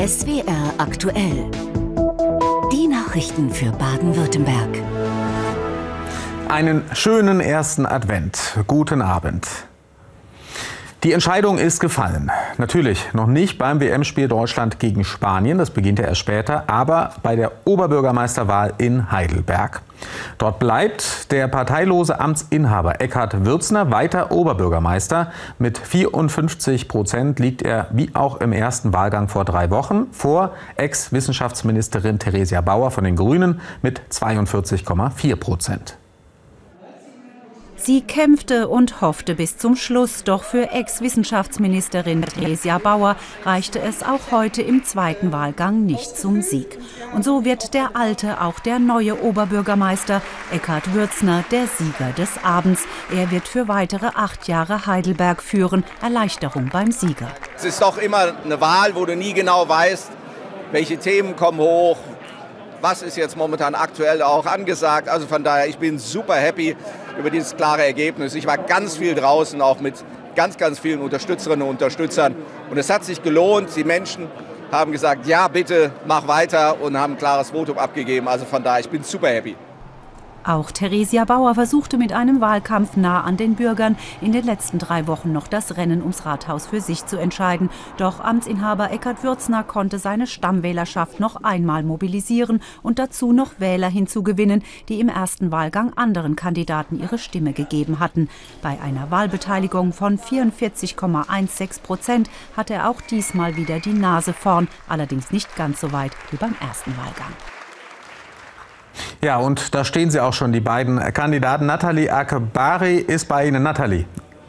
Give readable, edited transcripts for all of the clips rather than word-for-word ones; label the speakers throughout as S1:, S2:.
S1: SWR aktuell. Die Nachrichten für Baden-Württemberg.
S2: Einen schönen ersten Advent. Guten Abend. Die Entscheidung ist gefallen. Natürlich noch nicht beim WM-Spiel Deutschland gegen Spanien, das beginnt ja erst später, aber bei der Oberbürgermeisterwahl in Heidelberg. Dort bleibt der parteilose Amtsinhaber Eckhard Würzner weiter Oberbürgermeister. Mit 54% liegt er, wie auch im ersten Wahlgang vor 3 Wochen, vor Ex-Wissenschaftsministerin Theresia Bauer von den Grünen mit 42,4%.
S3: Sie kämpfte und hoffte bis zum Schluss, doch für Ex-Wissenschaftsministerin Theresia Bauer reichte es auch heute im zweiten Wahlgang nicht zum Sieg. Und so wird der alte, auch der neue Oberbürgermeister Eckhard Würzner der Sieger des Abends. Er wird für weitere 8 Jahre Heidelberg führen. Erleichterung beim Sieger.
S4: Es ist doch immer eine Wahl, wo du nie genau weißt, welche Themen kommen hoch. Was ist jetzt momentan aktuell auch angesagt? Also von daher, ich bin super happy über dieses klare Ergebnis. Ich war ganz viel draußen, auch mit ganz vielen Unterstützerinnen und Unterstützern. Und es hat sich gelohnt. Die Menschen haben gesagt, ja bitte, mach weiter und haben ein klares Votum abgegeben. Also von daher, ich bin super happy.
S3: Auch Theresia Bauer versuchte mit einem Wahlkampf nah an den Bürgern in den letzten 3 Wochen noch das Rennen ums Rathaus für sich zu entscheiden. Doch Amtsinhaber Eckhard Würzner konnte seine Stammwählerschaft noch einmal mobilisieren und dazu noch Wähler hinzugewinnen, die im ersten Wahlgang anderen Kandidaten ihre Stimme gegeben hatten. Bei einer Wahlbeteiligung von 44,16% hatte er auch diesmal wieder die Nase vorn, allerdings nicht ganz so weit wie beim ersten Wahlgang.
S2: Ja, und da stehen sie auch schon, die beiden Kandidaten. Nathalie Akbari ist bei Ihnen. Nathalie.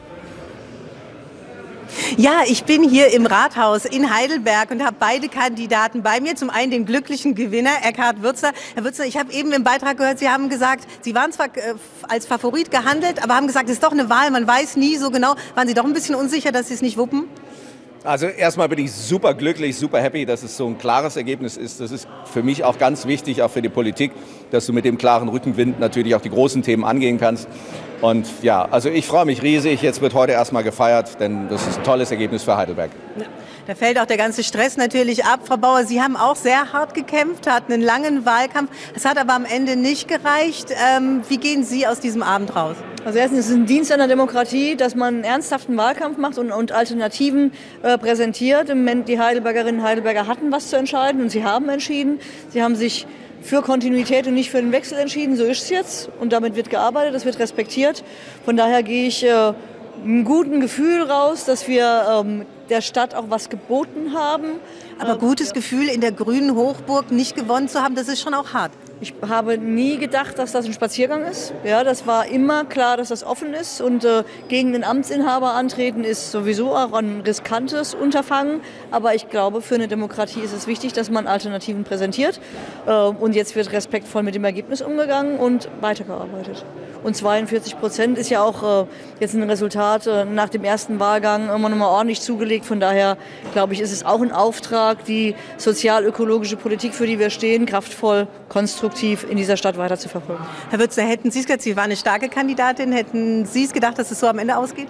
S5: Ja, ich bin hier im Rathaus in Heidelberg und habe beide Kandidaten bei mir. Zum einen den glücklichen Gewinner, Eckhard Würzner. Herr Würzner, ich habe eben im Beitrag gehört, Sie haben gesagt, Sie waren zwar als Favorit gehandelt, aber haben gesagt, es ist doch eine Wahl, man weiß nie so genau. Waren Sie doch ein bisschen unsicher, dass Sie es nicht wuppen?
S4: Also erstmal bin ich super glücklich, super happy, dass es so ein klares Ergebnis ist. Das ist für mich auch ganz wichtig, auch für die Politik, dass du mit dem klaren Rückenwind natürlich auch die großen Themen angehen kannst. Und ja, also ich freue mich riesig. Jetzt wird heute erstmal gefeiert, denn das ist ein tolles Ergebnis für Heidelberg.
S5: Ja, da fällt auch der ganze Stress natürlich ab. Frau Bauer, Sie haben auch sehr hart gekämpft, hatten einen langen Wahlkampf. Es hat aber am Ende nicht gereicht. Wie gehen Sie aus diesem Abend raus?
S6: Also erstens ist es ein Dienst an der Demokratie, dass man einen ernsthaften Wahlkampf macht und Alternativen präsentiert. Im Moment die Heidelbergerinnen und Heidelberger hatten was zu entscheiden und sie haben entschieden. Sie haben sich für Kontinuität und nicht für den Wechsel entschieden. So ist es jetzt und damit wird gearbeitet, das wird respektiert. Von daher gehe ich mit einem guten Gefühl raus, dass wir der Stadt auch was geboten haben.
S5: Aber gutes Gefühl, in der grünen Hochburg nicht gewonnen zu haben, das ist schon auch hart.
S6: Ich habe nie gedacht, dass das ein Spaziergang ist. Ja, das war immer klar, dass das offen ist. Und gegen den Amtsinhaber antreten ist sowieso auch ein riskantes Unterfangen. Aber ich glaube, für eine Demokratie ist es wichtig, dass man Alternativen präsentiert. Und jetzt wird respektvoll mit dem Ergebnis umgegangen und weitergearbeitet. Und 42% ist ja auch jetzt ein Resultat nach dem ersten Wahlgang immer noch mal ordentlich zugelegt. Von daher, glaube ich, ist es auch ein Auftrag, die sozial-ökologische Politik, für die wir stehen, kraftvoll, konstruktiv in dieser Stadt weiter zu verfolgen.
S5: Herr Würzner, hätten Sie es gesagt, Sie waren eine starke Kandidatin, hätten Sie es gedacht, dass es so am Ende ausgeht?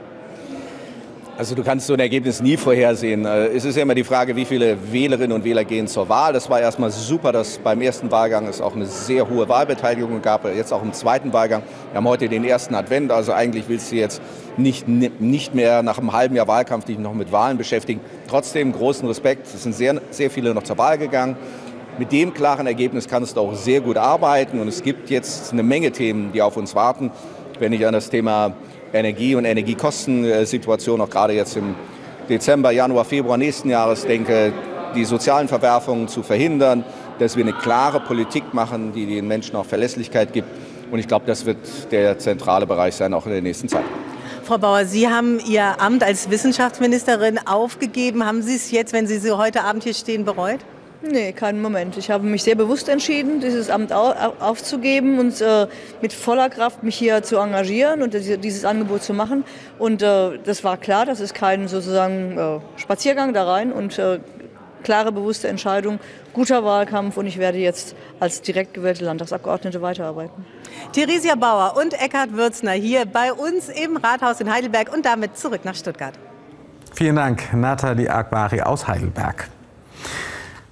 S4: Also du kannst so ein Ergebnis nie vorhersehen. Es ist ja immer die Frage, wie viele Wählerinnen und Wähler gehen zur Wahl. Das war erstmal super, dass beim ersten Wahlgang es auch eine sehr hohe Wahlbeteiligung gab, jetzt auch im zweiten Wahlgang. Wir haben heute den ersten Advent, also eigentlich willst du jetzt nicht mehr nach einem halben Jahr Wahlkampf dich noch mit Wahlen beschäftigen. Trotzdem großen Respekt, es sind sehr viele noch zur Wahl gegangen. Mit dem klaren Ergebnis kannst du auch sehr gut arbeiten und es gibt jetzt eine Menge Themen, die auf uns warten. Wenn ich an das Thema Energie- und Energiekostensituation auch gerade jetzt im Dezember, Januar, Februar nächsten Jahres denke, die sozialen Verwerfungen zu verhindern, dass wir eine klare Politik machen, die den Menschen auch Verlässlichkeit gibt. Und ich glaube, das wird der zentrale Bereich sein, auch in der nächsten Zeit.
S5: Frau Bauer, Sie haben Ihr Amt als Wissenschaftsministerin aufgegeben. Haben Sie es jetzt, wenn Sie so heute Abend hier stehen, bereut?
S6: Nee, keinen Moment. Ich habe mich sehr bewusst entschieden, dieses Amt aufzugeben und mit voller Kraft mich hier zu engagieren und dieses Angebot zu machen. Und das war klar, das ist kein sozusagen Spaziergang da rein und klare, bewusste Entscheidung, guter Wahlkampf und ich werde jetzt als direkt gewählte Landtagsabgeordnete weiterarbeiten.
S5: Theresia Bauer und Eckhard Würzner hier bei uns im Rathaus in Heidelberg und damit zurück nach Stuttgart.
S2: Vielen Dank, Nathalie Akbari aus Heidelberg.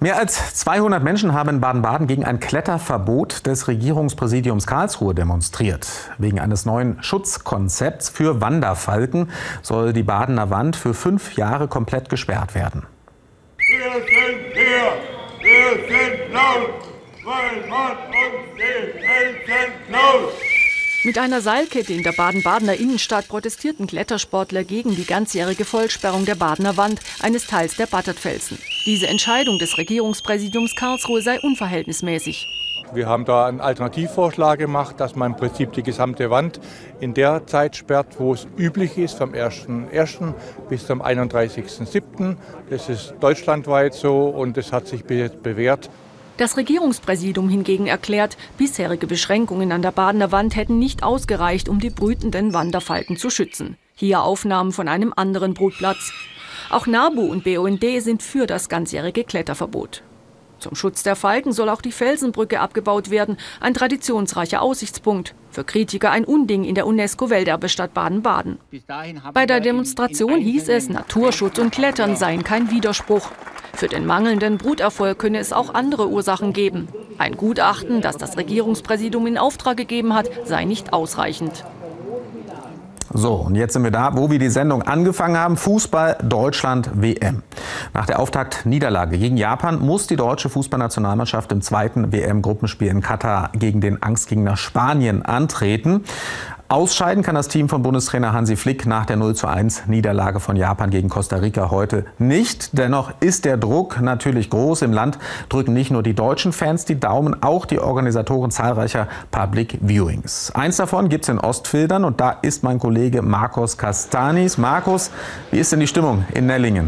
S2: Mehr als 200 Menschen haben in Baden-Baden gegen ein Kletterverbot des Regierungspräsidiums Karlsruhe demonstriert. Wegen eines neuen Schutzkonzepts für Wanderfalken soll die Badener Wand für 5 Jahre komplett gesperrt werden.
S7: Wir sind hier, wir sind laut, weil man uns die Felsen klaut.
S8: Mit einer Seilkette in der Baden-Badener Innenstadt protestierten Klettersportler gegen die ganzjährige Vollsperrung der Badener Wand, eines Teils der Battertfelsen. Diese Entscheidung des Regierungspräsidiums Karlsruhe sei unverhältnismäßig.
S9: Wir haben da einen Alternativvorschlag gemacht, dass man im Prinzip die gesamte Wand in der Zeit sperrt, wo es üblich ist, vom 1.1. bis zum 31.7. Das ist deutschlandweit so und es hat sich bewährt.
S8: Das Regierungspräsidium hingegen erklärt, bisherige Beschränkungen an der Badener Wand hätten nicht ausgereicht, um die brütenden Wanderfalken zu schützen. Hier Aufnahmen von einem anderen Brutplatz. Auch NABU und BUND sind für das ganzjährige Kletterverbot. Zum Schutz der Falken soll auch die Felsenbrücke abgebaut werden, ein traditionsreicher Aussichtspunkt. Für Kritiker ein Unding in der UNESCO-Welterbestadt Baden-Baden. Bei der Demonstration hieß es, Naturschutz und Klettern seien kein Widerspruch. Für den mangelnden Bruterfolg könne es auch andere Ursachen geben. Ein Gutachten, das das Regierungspräsidium in Auftrag gegeben hat, sei nicht ausreichend.
S2: So, und jetzt sind wir da, wo wir die Sendung angefangen haben. Fußball Deutschland WM. Nach der Auftaktniederlage gegen Japan muss die deutsche Fußballnationalmannschaft im zweiten WM-Gruppenspiel in Katar gegen den Angstgegner Spanien antreten. Ausscheiden kann das Team von Bundestrainer Hansi Flick nach der 0:1 Niederlage von Japan gegen Costa Rica heute nicht. Dennoch ist der Druck natürlich groß. Im Land drücken nicht nur die deutschen Fans die Daumen, auch die Organisatoren zahlreicher Public Viewings. Eins davon gibt es in Ostfildern und da ist mein Kollege Marcos Castanis. Marcos, wie ist denn die Stimmung in Nellingen?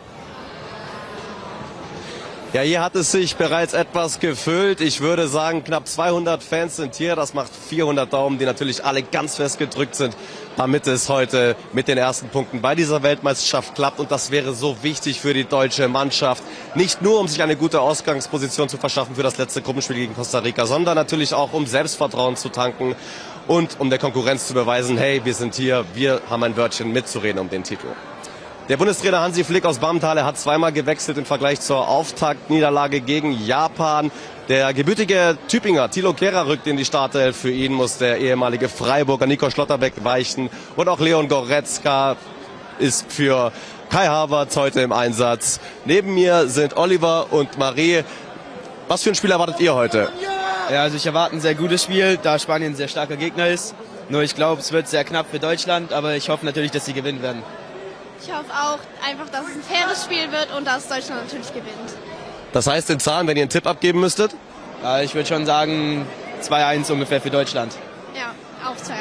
S10: Ja, hier hat es sich bereits etwas gefüllt. Ich würde sagen, knapp 200 Fans sind hier. Das macht 400 Daumen, die natürlich alle ganz fest gedrückt sind, damit es heute mit den ersten Punkten bei dieser Weltmeisterschaft klappt. Und das wäre so wichtig für die deutsche Mannschaft. Nicht nur, um sich eine gute Ausgangsposition zu verschaffen für das letzte Gruppenspiel gegen Costa Rica, sondern natürlich auch, um Selbstvertrauen zu tanken und um der Konkurrenz zu beweisen, hey, wir sind hier, wir haben ein Wörtchen mitzureden um den Titel. Der Bundestrainer Hansi Flick aus Bammental hat zweimal gewechselt im Vergleich zur Auftaktniederlage gegen Japan. Der gebürtige Tübinger Thilo Kehrer rückt in die Startelf. Für ihn muss der ehemalige Freiburger Nico Schlotterbeck weichen. Und auch Leon Goretzka ist für Kai Havertz heute im Einsatz. Neben mir sind Oliver und Marie. Was für ein Spiel erwartet ihr heute?
S11: Ja, also ich erwarte ein sehr gutes Spiel, da Spanien ein sehr starker Gegner ist. Nur ich glaube, es wird sehr knapp für Deutschland, aber ich hoffe natürlich, dass sie gewinnen werden.
S12: Ich hoffe auch einfach, dass es ein faires Spiel wird und dass Deutschland natürlich gewinnt.
S10: Das heißt in Zahlen, wenn ihr einen Tipp abgeben müsstet?
S11: Ja, ich würde schon sagen 2:1 ungefähr für Deutschland.
S12: Ja, auch 2:1.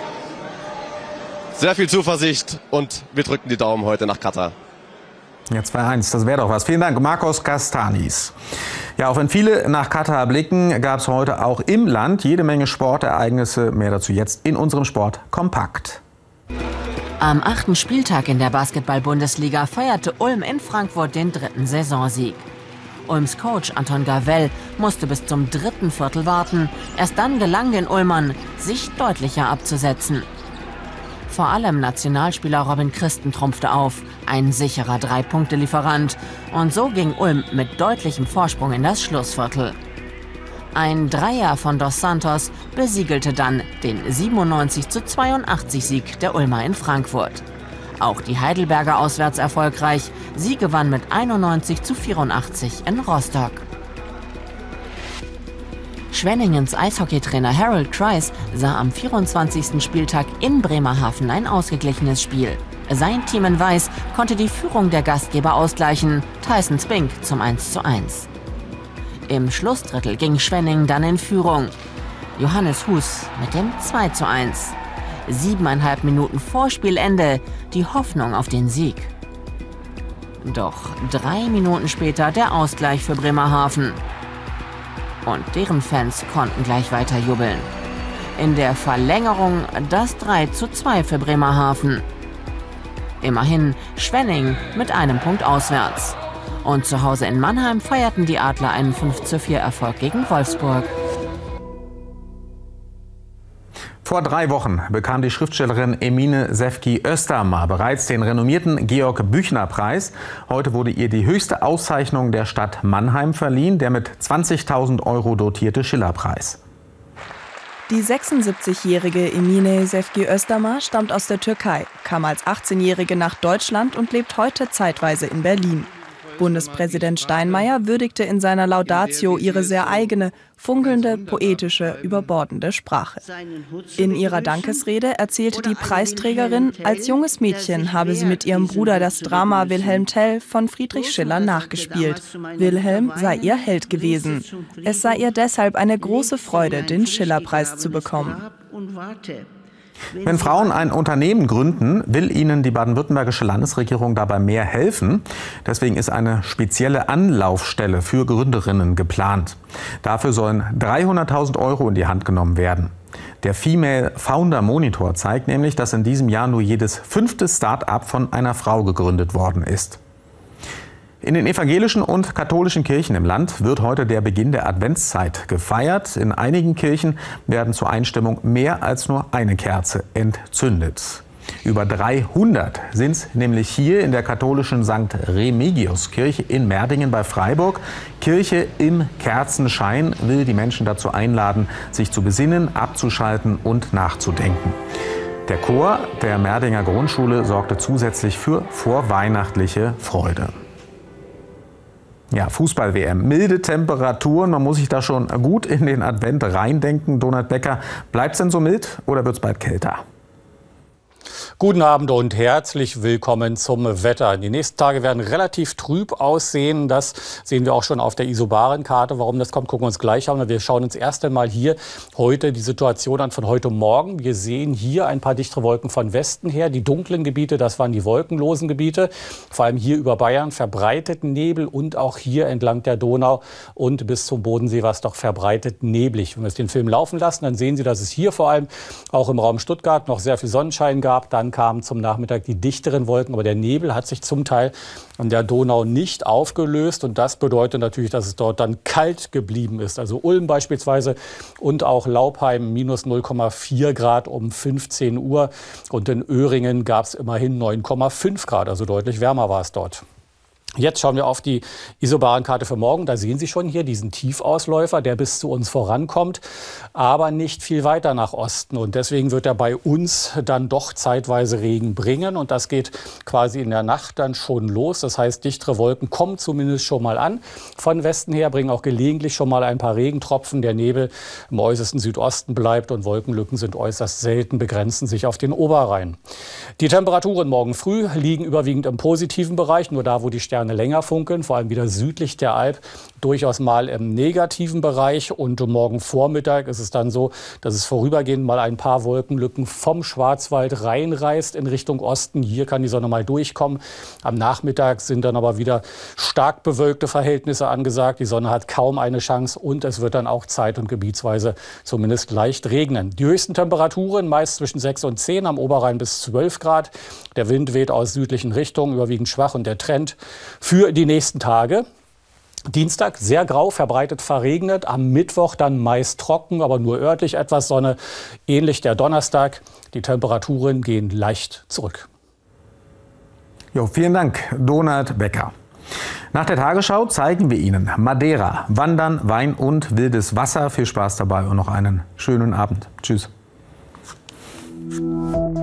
S10: Sehr viel Zuversicht und wir drücken die Daumen heute nach Katar.
S2: Ja, 2:1, das wäre doch was. Vielen Dank, Marcos Castanis. Ja, auch wenn viele nach Katar blicken, gab es heute auch im Land jede Menge Sportereignisse. Mehr dazu jetzt in unserem Sport kompakt.
S13: Am 8. Spieltag in der Basketball-Bundesliga feierte Ulm in Frankfurt den 3. Saisonsieg. Ulms Coach Anton Gavell musste bis zum 3. Viertel warten. Erst dann gelang den Ulmern, sich deutlicher abzusetzen. Vor allem Nationalspieler Robin Christen trumpfte auf, ein sicherer 3-Punkte-Lieferant. Und so ging Ulm mit deutlichem Vorsprung in das Schlussviertel. Ein Dreier von Dos Santos besiegelte dann den 97:82-Sieg der Ulmer in Frankfurt. Auch die Heidelberger auswärts erfolgreich. Sie gewann mit 91:84 in Rostock. Schwenningens Eishockeytrainer Harold Kreis sah am 24. Spieltag in Bremerhaven ein ausgeglichenes Spiel. Sein Team in Weiß konnte die Führung der Gastgeber ausgleichen. Tyson Spink zum 1:1. Im Schlussdrittel ging Schwenning dann in Führung. Johannes Hus mit dem 2:1. 7,5 Minuten vor Spielende die Hoffnung auf den Sieg. Doch 3 Minuten später der Ausgleich für Bremerhaven. Und deren Fans konnten gleich weiter jubeln. In der Verlängerung das 3:2 für Bremerhaven. Immerhin Schwenning mit einem Punkt auswärts. Und zu Hause in Mannheim feierten die Adler einen 5:4 Erfolg gegen Wolfsburg.
S2: Vor 3 Wochen bekam die Schriftstellerin Emine Sefki Östermar bereits den renommierten Georg-Büchner-Preis. Heute wurde ihr die höchste Auszeichnung der Stadt Mannheim verliehen, der mit 20.000 € dotierte Schiller-Preis.
S14: Die 76-jährige Emine Sefki Östermar stammt aus der Türkei, kam als 18-Jährige nach Deutschland und lebt heute zeitweise in Berlin. Bundespräsident Steinmeier würdigte in seiner Laudatio ihre sehr eigene, funkelnde, poetische, überbordende Sprache. In ihrer Dankesrede erzählte die Preisträgerin, als junges Mädchen habe sie mit ihrem Bruder das Drama Wilhelm Tell von Friedrich Schiller nachgespielt. Wilhelm sei ihr Held gewesen. Es sei ihr deshalb eine große Freude, den Schillerpreis zu bekommen.
S2: Wenn Frauen ein Unternehmen gründen, will ihnen die baden-württembergische Landesregierung dabei mehr helfen. Deswegen ist eine spezielle Anlaufstelle für Gründerinnen geplant. Dafür sollen 300.000 € in die Hand genommen werden. Der Female Founder Monitor zeigt nämlich, dass in diesem Jahr nur jedes 5. Start-up von einer Frau gegründet worden ist. In den evangelischen und katholischen Kirchen im Land wird heute der Beginn der Adventszeit gefeiert. In einigen Kirchen werden zur Einstimmung mehr als nur eine Kerze entzündet. Über 300 sind es nämlich hier in der katholischen St. Remigius-Kirche in Merdingen bei Freiburg. Kirche im Kerzenschein will die Menschen dazu einladen, sich zu besinnen, abzuschalten und nachzudenken. Der Chor der Merdinger Grundschule sorgte zusätzlich für vorweihnachtliche Freude. Ja, Fußball-WM. Milde Temperaturen, man muss sich da schon gut in den Advent reindenken. Donald Becker, bleibt es denn so mild oder wird es bald kälter?
S15: Guten Abend und herzlich willkommen zum Wetter. Die nächsten Tage werden relativ trüb aussehen. Das sehen wir auch schon auf der Isobaren-Karte. Warum das kommt, gucken wir uns gleich an. Wir schauen uns erst einmal hier heute die Situation an von heute Morgen. Wir sehen hier ein paar dichtere Wolken von Westen her. Die dunklen Gebiete, das waren die wolkenlosen Gebiete. Vor allem hier über Bayern verbreitet Nebel und auch hier entlang der Donau und bis zum Bodensee war es doch verbreitet neblig. Wenn wir jetzt den Film laufen lassen, dann sehen Sie, dass es hier vor allem auch im Raum Stuttgart noch sehr viel Sonnenschein gab. Dann kamen zum Nachmittag die dichteren Wolken, aber der Nebel hat sich zum Teil an der Donau nicht aufgelöst und das bedeutet natürlich, dass es dort dann kalt geblieben ist. Also Ulm beispielsweise und auch Laupheim minus 0,4 Grad um 15 Uhr und in Öhringen gab es immerhin 9,5 Grad, also deutlich wärmer war es dort. Jetzt schauen wir auf die Isobaren-Karte für morgen. Da sehen Sie schon hier diesen Tiefausläufer, der bis zu uns vorankommt, aber nicht viel weiter nach Osten. Und deswegen wird er bei uns dann doch zeitweise Regen bringen. Und das geht quasi in der Nacht dann schon los. Das heißt, dichtere Wolken kommen zumindest schon mal an. Von Westen her bringen auch gelegentlich schon mal ein paar Regentropfen. Der Nebel im äußersten Südosten bleibt und Wolkenlücken sind äußerst selten, begrenzen sich auf den Oberrhein. Die Temperaturen morgen früh liegen überwiegend im positiven Bereich, nur da, wo die Sterne länger funkeln, vor allem wieder südlich der Alp, durchaus mal im negativen Bereich. Und morgen Vormittag ist es dann so, dass es vorübergehend mal ein paar Wolkenlücken vom Schwarzwald reinreißt in Richtung Osten. Hier kann die Sonne mal durchkommen. Am Nachmittag sind dann aber wieder stark bewölkte Verhältnisse angesagt. Die Sonne hat kaum eine Chance und es wird dann auch zeit- und gebietsweise zumindest leicht regnen. Die höchsten Temperaturen meist zwischen 6 und 10, am Oberrhein bis 12 Grad. Der Wind weht aus südlichen Richtungen, überwiegend schwach und der Trend für die nächsten Tage. Dienstag sehr grau, verbreitet verregnet. Am Mittwoch dann meist trocken, aber nur örtlich etwas Sonne. Ähnlich der Donnerstag. Die Temperaturen gehen leicht zurück.
S2: Jo, vielen Dank, Donald Becker. Nach der Tagesschau zeigen wir Ihnen Madeira, Wandern, Wein und wildes Wasser. Viel Spaß dabei und noch einen schönen Abend. Tschüss.